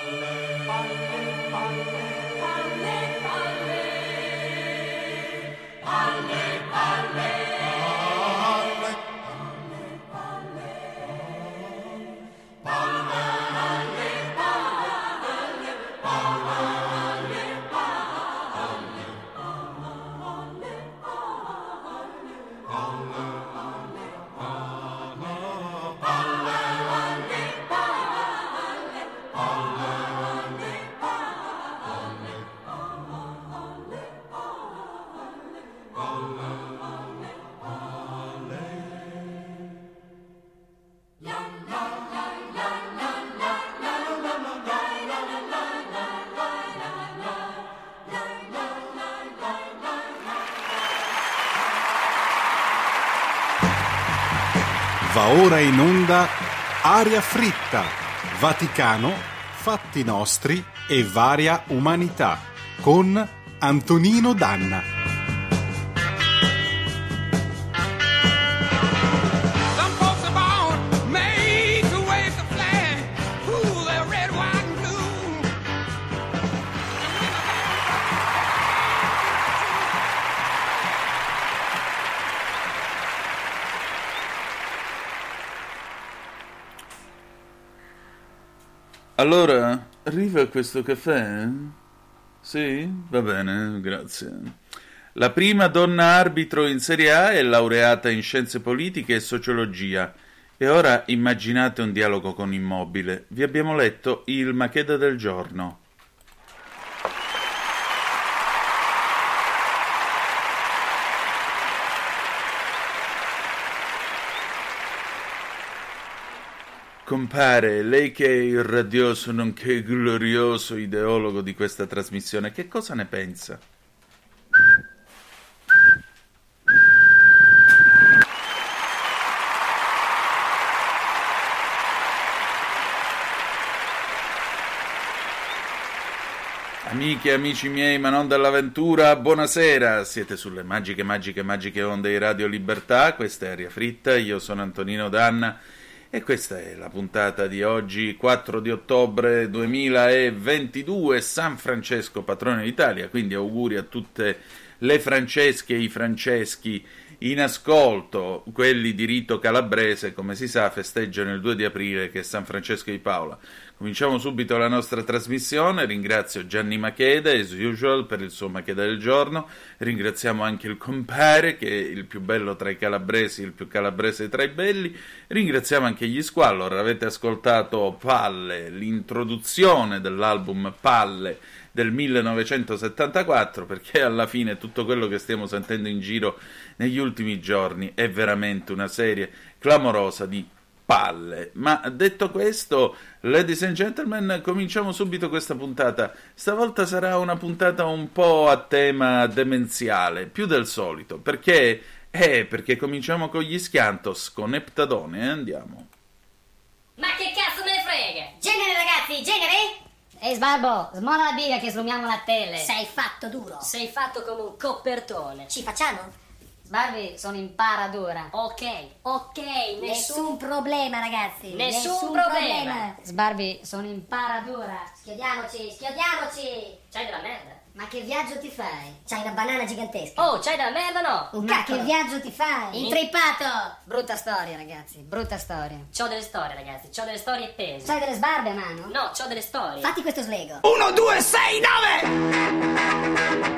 Va ora in onda Aria fritta, Vaticano, fatti nostri e varia umanità, con Antonino Danna. Allora, arriva questo caffè? Sì? Va bene, grazie. La prima donna arbitro in Serie A è laureata in scienze politiche e sociologia. E ora immaginate un dialogo con Immobile. Vi abbiamo letto il Macheda del giorno. Compare, lei che è il radioso nonché glorioso ideologo di questa trasmissione, che cosa ne pensa? Amiche e amici miei, ma non dall'avventura, buonasera! Siete sulle magiche onde di Radio Libertà, questa è Aria Fritta, io sono Antonino Danna. E questa è la puntata di oggi, 4 di ottobre 2022, San Francesco, patrone d'Italia, quindi auguri a tutte le francesche e i franceschi in ascolto. Quelli di rito calabrese, come si sa, festeggiano il 2 di aprile, che è San Francesco di Paola. Cominciamo subito la nostra trasmissione. Ringrazio Gianni Macheda, as usual, per il suo Macheda del giorno. Ringraziamo anche il compare, che è il più bello tra i calabresi, il più calabrese tra i belli. Ringraziamo anche gli Squallor. Avete ascoltato Palle, l'introduzione dell'album Palle del 1974, perché alla fine tutto quello che stiamo sentendo in giro negli ultimi giorni è veramente una serie clamorosa di palle. Ma detto questo, ladies and gentlemen, cominciamo subito questa puntata. Stavolta sarà una puntata un po' a tema demenziale, più del solito, perché cominciamo con gli Schiantos, con Eptadone, andiamo. Ma che cazzo me ne frega? Genere ragazzi, genere? Ehi Sbarbo, smola la biga che slumiamo la tele. Sei fatto duro. Sei fatto come un copertone. Ci facciamo? Sbarbi, sono in paradora. Ok, Nessun problema ragazzi. Nessun problema. Sbarbi, sono in paradora. Schiodiamoci. C'hai della merda? Ma che viaggio ti fai? C'hai una banana gigantesca. Oh, c'hai della merda no? Un cacchio. Che viaggio ti fai? Intrippato. Brutta storia ragazzi, brutta storia. C'ho delle storie ragazzi, c'ho delle storie appese. C'hai delle sbarbe a mano? No, c'ho delle storie. Fatti questo slego. 1, 2, 6, 9!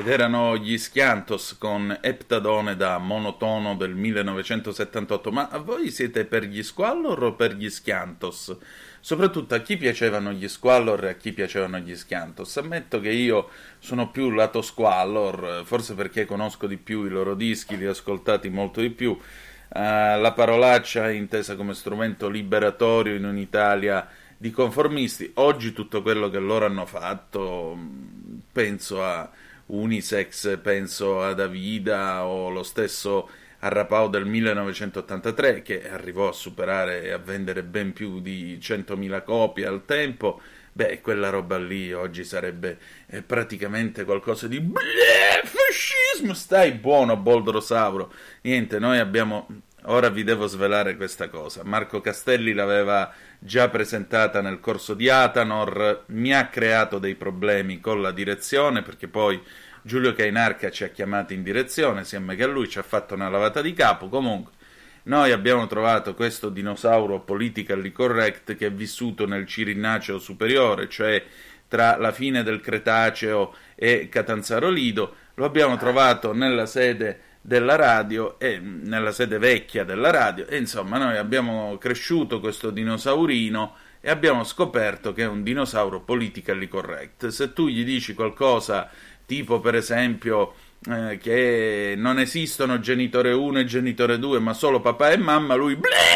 ed erano gli Schiantos con Eptadone da monotono del 1978. Ma a voi siete per gli Squallor o per gli Schiantos? Soprattutto a chi piacevano gli Squallor e a chi piacevano gli Schiantos. Ammetto che io sono più lato Squallor, forse perché conosco di più i loro dischi, li ho ascoltati molto di più. La parolaccia intesa come strumento liberatorio in un'Italia di conformisti. Oggi tutto quello che loro hanno fatto, penso a Unisex, penso ad Avida o lo stesso Arrapao del 1983, che arrivò a superare e a vendere ben più di 100.000 copie al tempo. Beh, quella roba lì oggi sarebbe praticamente qualcosa di fascismo. Stai buono, Boldrosauro. Niente, noi abbiamo... Ora vi devo svelare questa cosa. Marco Castelli l'aveva già presentata nel corso di Atanor, mi ha creato dei problemi con la direzione, perché poi Giulio Cainarca ci ha chiamati in direzione, insieme che a lui ci ha fatto una lavata di capo. Comunque, noi abbiamo trovato questo dinosauro politically correct che è vissuto nel Cirinaceo superiore, cioè tra la fine del Cretaceo e Catanzaro Lido. Lo abbiamo trovato nella sede della radio e nella sede vecchia della radio, e insomma noi abbiamo cresciuto questo dinosaurino e abbiamo scoperto che è un dinosauro politically correct. Se tu gli dici qualcosa tipo, per esempio, che non esistono genitore 1 e genitore 2 ma solo papà e mamma, lui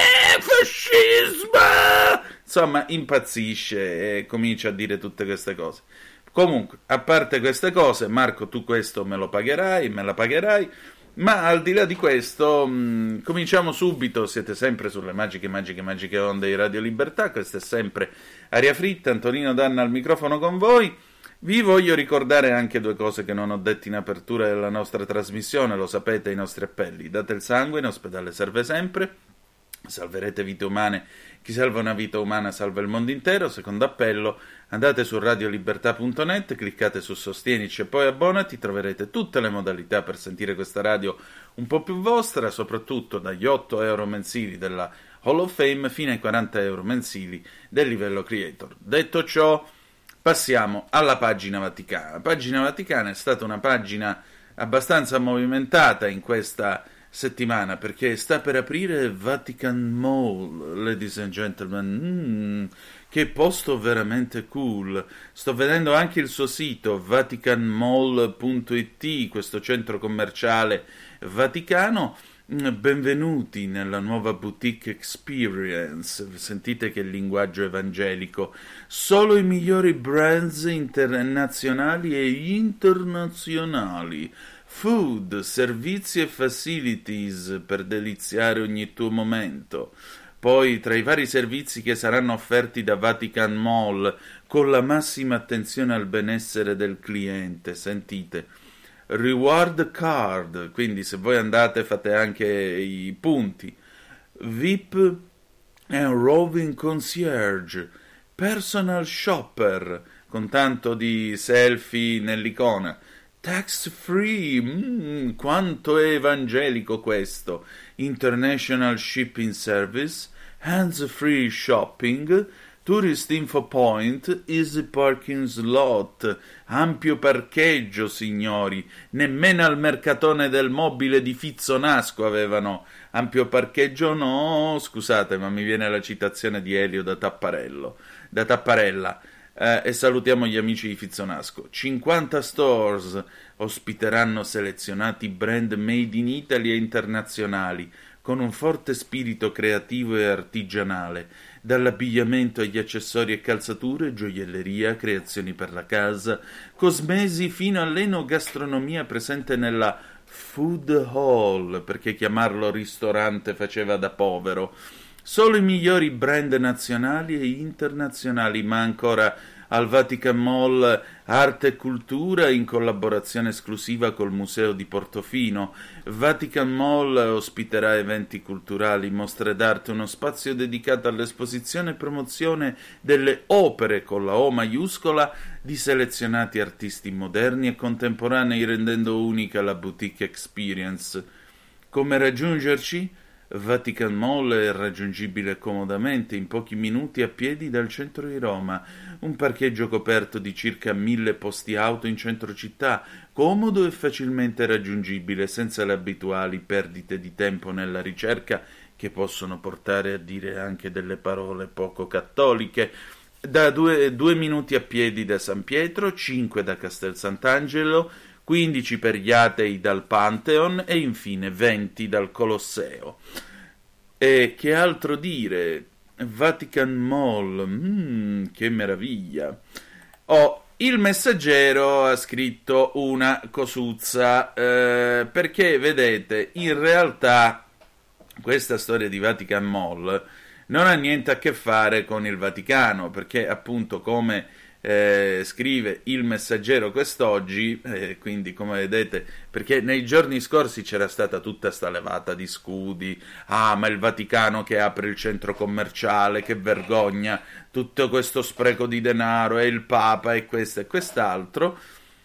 fascismo, insomma impazzisce e comincia a dire tutte queste cose. Comunque, a parte queste cose, Marco, tu questo me la pagherai. Ma al di là di questo, cominciamo subito. Siete sempre sulle magiche onde di Radio Libertà. Questa è sempre Aria Fritta, Antonino Danna al microfono con voi. Vi voglio ricordare anche due cose che non ho detto in apertura della nostra trasmissione. Lo sapete, i nostri appelli: date il sangue, in ospedale serve sempre, salverete vite umane, chi salva una vita umana salva il mondo intero. Secondo appello: andate su radiolibertà.net, cliccate su Sostienici e poi abbonati, troverete tutte le modalità per sentire questa radio un po' più vostra, soprattutto dagli 8 euro mensili della Hall of Fame fino ai 40 euro mensili del livello creator. Detto ciò, passiamo alla pagina Vaticana. La pagina Vaticana è stata una pagina abbastanza movimentata in questa settimana, perché sta per aprire Vatican Mall, ladies and gentlemen. Che posto veramente cool. Sto vedendo anche il suo sito, vaticanmall.it, questo centro commerciale vaticano. Benvenuti nella nuova boutique experience. Sentite che linguaggio evangelico. Solo i migliori brands internazionali e internazionali. Food, servizi e facilities per deliziare ogni tuo momento. Poi, tra i vari servizi che saranno offerti da Vatican Mall, con la massima attenzione al benessere del cliente, sentite, reward card, quindi se voi andate fate anche i punti, VIP and roving concierge, personal shopper, con tanto di selfie nell'icona, tax free, quanto è evangelico questo, international shipping service, hands-free shopping, tourist info point, easy parking slot, ampio parcheggio, signori. Nemmeno al mercatone del mobile di Fizzonasco avevano ampio parcheggio, no, scusate, ma mi viene la citazione di Elio da Tapparella. E salutiamo gli amici di Fizzonasco. 50 stores ospiteranno selezionati brand made in Italy e internazionali, con un forte spirito creativo e artigianale, dall'abbigliamento agli accessori e calzature, gioielleria, creazioni per la casa, cosmesi fino all'enogastronomia presente nella food hall, perché chiamarlo ristorante faceva da povero. Solo i migliori brand nazionali e internazionali, ma ancora al Vatican Mall Arte e Cultura in collaborazione esclusiva col Museo di Portofino. Vatican Mall ospiterà eventi culturali, mostre d'arte, uno spazio dedicato all'esposizione e promozione delle opere con la O maiuscola di selezionati artisti moderni e contemporanei, rendendo unica la boutique experience. Come raggiungerci? Vatican Mall è raggiungibile comodamente in pochi minuti a piedi dal centro di Roma, un parcheggio coperto di circa 1000 posti auto in centro città, comodo e facilmente raggiungibile senza le abituali perdite di tempo nella ricerca che possono portare a dire anche delle parole poco cattoliche. Da 2 minuti a piedi da San Pietro, 5 da Castel Sant'Angelo, 15 per gli atei dal Pantheon e infine 20 dal Colosseo. E che altro dire? Vatican Mall, che meraviglia! Il Messaggero ha scritto una cosuzza, perché vedete, in realtà questa storia di Vatican Mall non ha niente a che fare con il Vaticano, perché appunto come scrive il Messaggero quest'oggi, quindi come vedete, perché nei giorni scorsi c'era stata tutta sta levata di scudi, ma il Vaticano che apre il centro commerciale, che vergogna, tutto questo spreco di denaro, e il Papa e questo e quest'altro.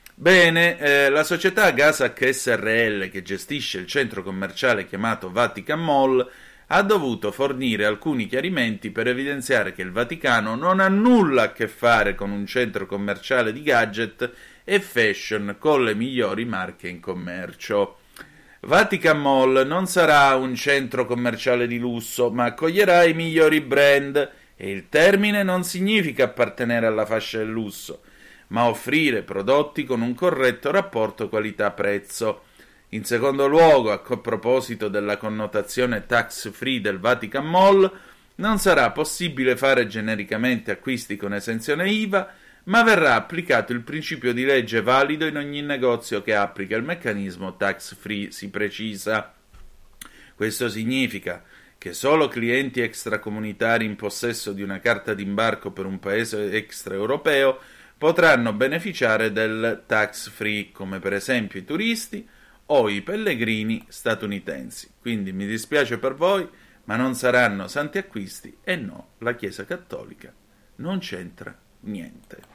Bene, la società Gasac SRL che gestisce il centro commerciale chiamato Vatican Mall ha dovuto fornire alcuni chiarimenti per evidenziare che il Vaticano non ha nulla a che fare con un centro commerciale di gadget e fashion con le migliori marche in commercio. Vatican Mall non sarà un centro commerciale di lusso, ma accoglierà i migliori brand, e il termine non significa appartenere alla fascia del lusso, ma offrire prodotti con un corretto rapporto qualità-prezzo. In secondo luogo, a proposito della connotazione tax-free del Vatican Mall, non sarà possibile fare genericamente acquisti con esenzione IVA, ma verrà applicato il principio di legge valido in ogni negozio che applica il meccanismo tax-free, si precisa. Questo significa che solo clienti extracomunitari in possesso di una carta d'imbarco per un paese extraeuropeo potranno beneficiare del tax-free, come per esempio i turisti o i pellegrini statunitensi. Quindi mi dispiace per voi, ma non saranno santi acquisti, e no, la Chiesa Cattolica non c'entra niente.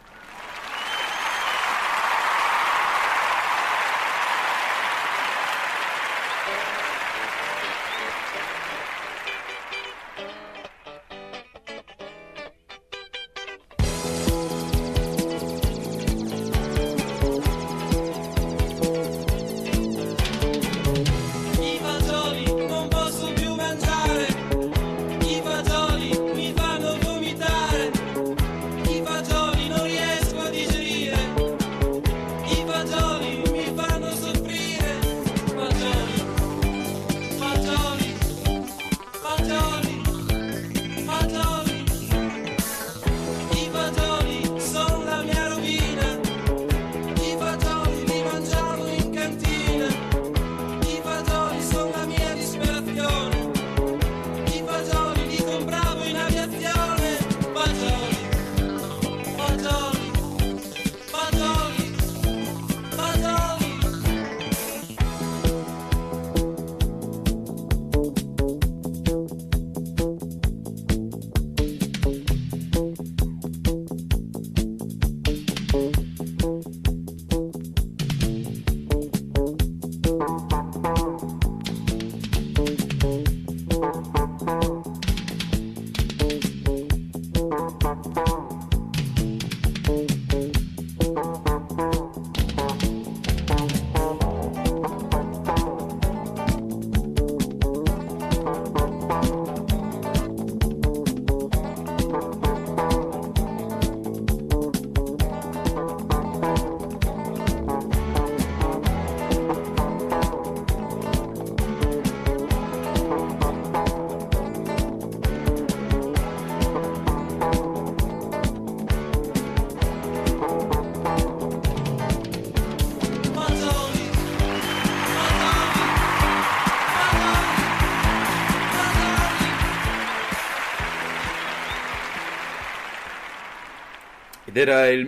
Ed era il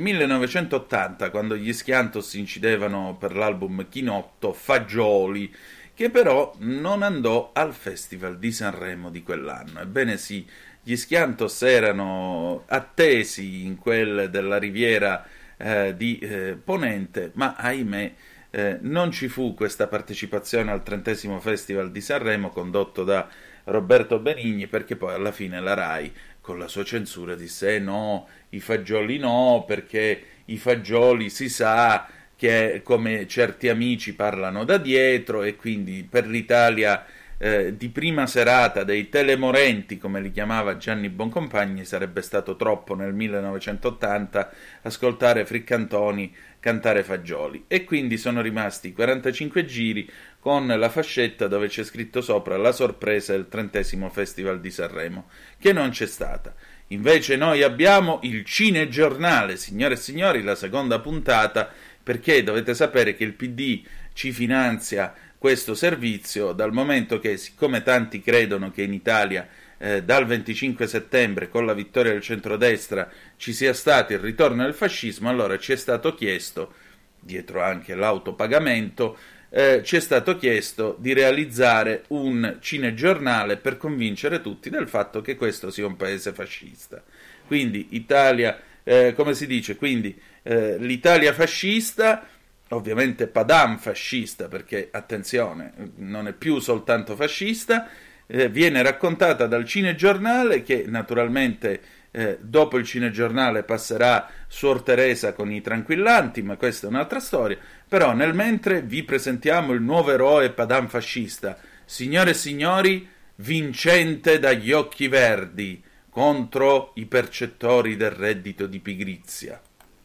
1980 quando gli Schiantos incidevano per l'album Chinotto Fagioli, che però non andò al Festival di Sanremo di quell'anno. Ebbene sì, gli Schiantos erano attesi in quel della Riviera di Ponente, ma ahimè non ci fu questa partecipazione al 30° Festival di Sanremo condotto da Roberto Benigni, perché poi alla fine la RAI con la sua censura disse no, i fagioli no, perché i fagioli si sa che come certi amici parlano da dietro, e quindi per l'Italia di prima serata dei telemorenti, come li chiamava Gianni Boncompagni, sarebbe stato troppo nel 1980 ascoltare Friccantoni cantare fagioli, e quindi sono rimasti 45 giri con la fascetta dove c'è scritto sopra la sorpresa del 30° Festival di Sanremo, che non c'è stata. Invece noi abbiamo il Cinegiornale, signore e signori, la seconda puntata, perché dovete sapere che il PD ci finanzia questo servizio, dal momento che, siccome tanti credono che in Italia dal 25 settembre con la vittoria del centrodestra ci sia stato il ritorno del fascismo, allora ci è stato chiesto, dietro anche l'autopagamento, ci è stato chiesto di realizzare un cinegiornale per convincere tutti del fatto che questo sia un paese fascista. Quindi Italia, come si dice, quindi l'Italia fascista, ovviamente Padam fascista, perché attenzione, non è più soltanto fascista, viene raccontata dal Cinegiornale, che naturalmente dopo il Cinegiornale passerà Suor Teresa con i tranquillanti, ma questa è un'altra storia. Però nel mentre vi presentiamo il nuovo eroe Padam fascista, signore e signori, vincente dagli occhi verdi contro i percettori del reddito di pigrizia.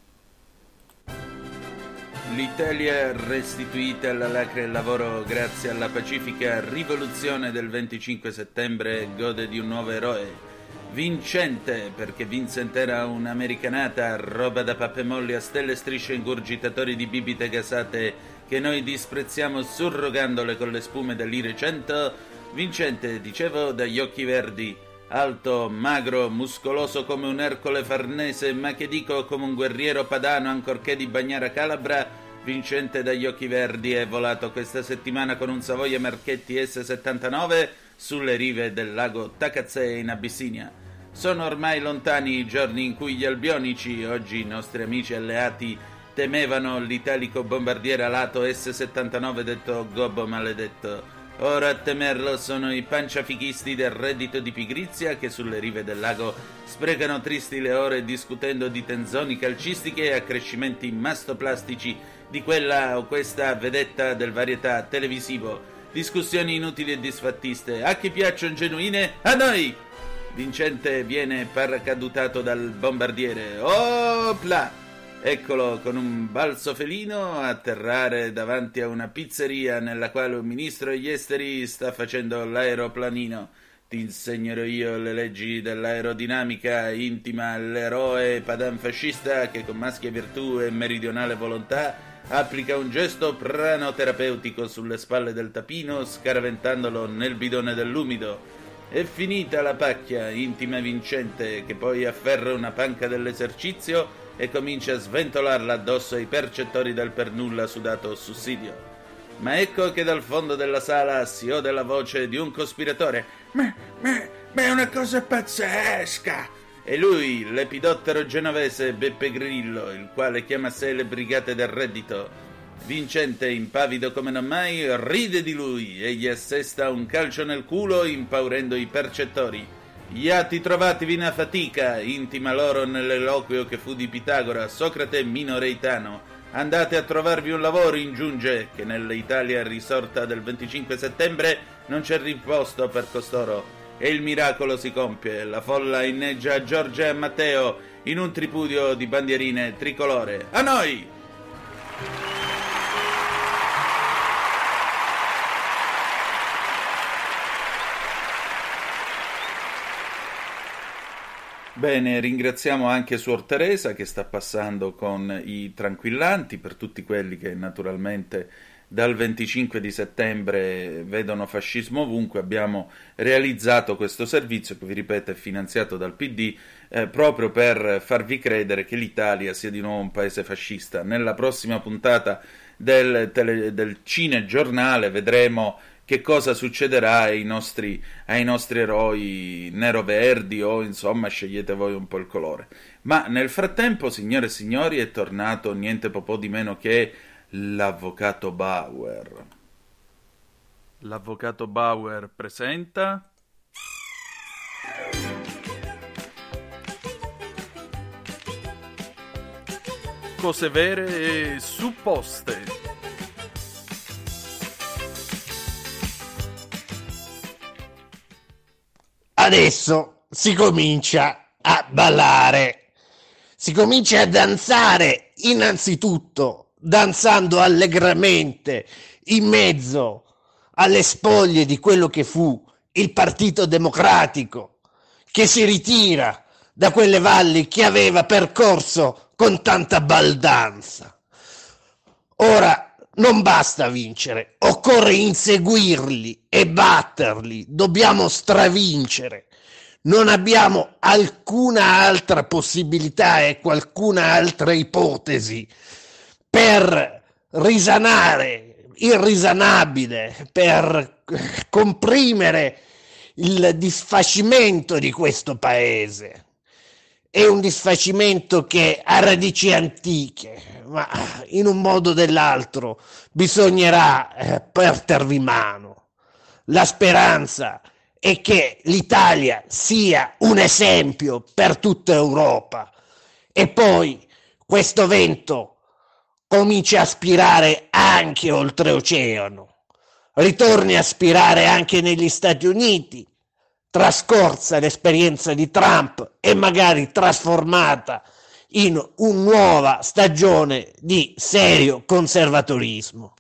L'Italia restituita alla lacra e al lavoro grazie alla pacifica rivoluzione del 25 settembre gode di un nuovo eroe. Vincente, perché Vincent era un'americanata, roba da pappe molli a stelle, strisce, ingurgitatori di bibite gasate che noi disprezziamo surrogandole con le spume dell'Ire 100. Vincente, dicevo, dagli occhi verdi, alto, magro, muscoloso come un Ercole Farnese, ma che dico come un guerriero padano ancorché di Bagnara Calabra. Vincente dagli occhi verdi è volato questa settimana con un Savoia Marchetti S79 sulle rive del lago Takazé in Abissinia. Sono ormai lontani i giorni in cui gli albionici, oggi i nostri amici alleati, temevano l'italico bombardiere alato S79 detto Gobbo maledetto. Ora a temerlo sono i panciafichisti del reddito di pigrizia che sulle rive del lago sprecano tristi le ore discutendo di tenzoni calcistiche e accrescimenti mastoplastici di quella o questa vedetta del varietà televisivo. Discussioni inutili e disfattiste. A chi piacciono genuine? A noi! Vincente viene paracadutato dal bombardiere. Opla! Eccolo con un balzo felino atterrare davanti a una pizzeria nella quale un ministro degli esteri sta facendo l'aeroplanino. Ti insegnerò io le leggi dell'aerodinamica, intima l'eroe Padam fascista che con maschia virtù e meridionale volontà applica un gesto pranoterapeutico sulle spalle del tapino scaraventandolo nel bidone dell'umido. È finita la pacchia, intima Vincente, che poi afferra una panca dell'esercizio e comincia a sventolarla addosso ai percettori del per nulla sudato sussidio. Ma ecco che dal fondo della sala si ode la voce di un cospiratore. Ma è una cosa pazzesca! E lui, l'epidottero genovese Beppe Grillo, il quale chiama a sé le brigate del reddito. Vincente, impavido come non mai, ride di lui e gli assesta un calcio nel culo impaurendo i percettori. Iati trovatevi una fatica, intima loro nell'eloquio che fu di Pitagora, Socrate Minoreitano. Andate a trovarvi un lavoro, ingiunge, che nell'Italia risorta del 25 settembre non c'è riposto per costoro. E il miracolo si compie, la folla inneggia a Giorgia e a Matteo in un tripudio di bandierine tricolore. A noi! Bene, ringraziamo anche Suor Teresa che sta passando con i tranquillanti, per tutti quelli che naturalmente dal 25 di settembre vedono fascismo ovunque. Abbiamo realizzato questo servizio che, vi ripeto, è finanziato dal PD proprio per farvi credere che l'Italia sia di nuovo un paese fascista. Nella prossima puntata del Cinegiornale vedremo che cosa succederà ai nostri eroi nero-verdi, o insomma scegliete voi un po' il colore. Ma nel frattempo, signore e signori, è tornato niente po' di meno che l'avvocato Bauer. L'avvocato Bauer presenta Cose vere e supposte. Adesso si comincia a ballare, si comincia a danzare, innanzitutto danzando allegramente in mezzo alle spoglie di quello che fu il Partito Democratico, che si ritira da quelle valli che aveva percorso con tanta baldanza. Ora non basta vincere, occorre inseguirli e batterli, dobbiamo stravincere. Non abbiamo alcuna altra possibilità e qualcuna altra ipotesi per risanare il risanabile, per comprimere il disfacimento di questo paese. È un disfacimento che ha radici antiche, ma in un modo o dell'altro bisognerà portarvi mano. La speranza è che l'Italia sia un esempio per tutta Europa e poi questo vento comincia a spirare anche oltreoceano, ritorni a spirare anche negli Stati Uniti, trascorsa l'esperienza di Trump e magari trasformata in una nuova stagione di serio conservatorismo.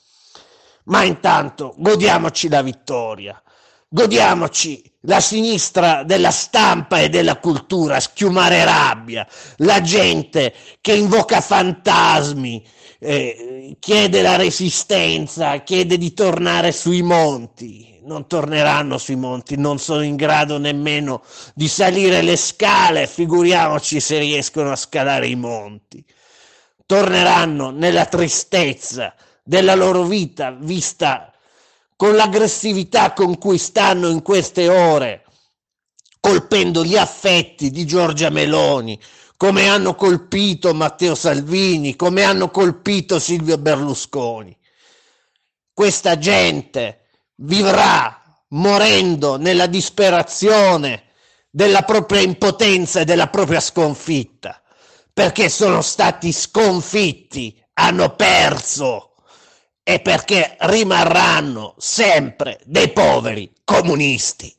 Ma intanto godiamoci la vittoria, godiamoci la sinistra della stampa e della cultura schiumare rabbia, la gente che invoca fantasmi, chiede la resistenza, chiede di tornare sui monti. Non torneranno sui monti, non sono in grado nemmeno di salire le scale, figuriamoci se riescono a scalare i monti. Torneranno nella tristezza della loro vita, vista con l'aggressività con cui stanno in queste ore, colpendo gli affetti di Giorgia Meloni, come hanno colpito Matteo Salvini, come hanno colpito Silvio Berlusconi. Questa gente vivrà morendo nella disperazione della propria impotenza e della propria sconfitta, perché sono stati sconfitti, hanno perso e perché rimarranno sempre dei poveri comunisti.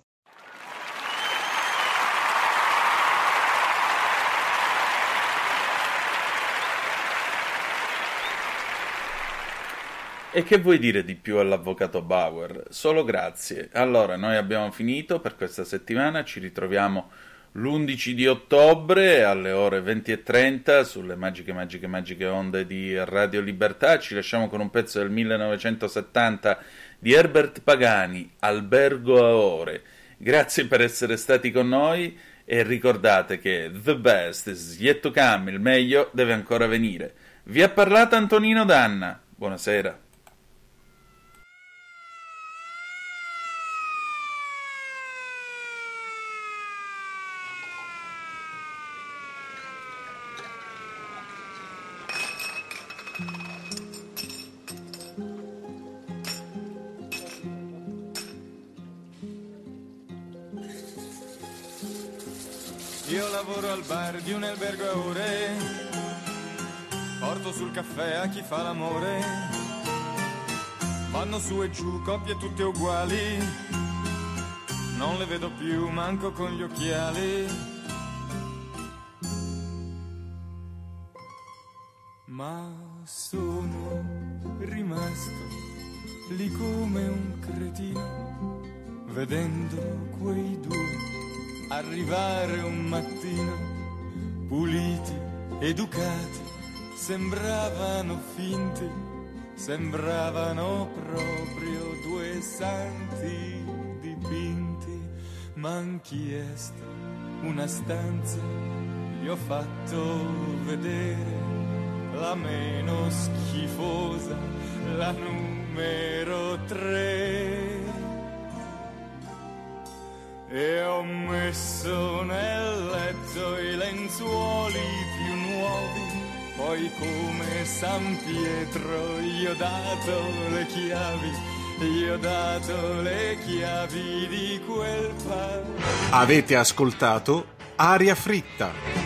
E che vuoi dire di più all'avvocato Bauer? Solo grazie. Allora, noi abbiamo finito per questa settimana, ci ritroviamo l'11 di ottobre alle ore 20:30 sulle magiche onde di Radio Libertà. Ci lasciamo con un pezzo del 1970 di Herbert Pagani, Albergo a Ore. Grazie per essere stati con noi e ricordate che the best is yet to come, il meglio deve ancora venire. Vi ha parlato Antonino Danna. Buonasera. Io lavoro al bar di un albergo a ore, porto sul caffè a chi fa l'amore, vanno su e giù coppie tutte uguali, non le vedo più manco con gli occhiali, ma sono rimasto lì come un cretino, vedendo quei due arrivare un mattino, puliti, educati, sembravano finti, sembravano proprio due santi dipinti. M'han chiesto una stanza, gli ho fatto vedere la meno schifosa, la numero 3. E ho messo nel letto i lenzuoli più nuovi, Poi come San Pietro gli ho dato le chiavi, gli ho dato le chiavi di quel palazzo. Avete ascoltato Aria Fritta.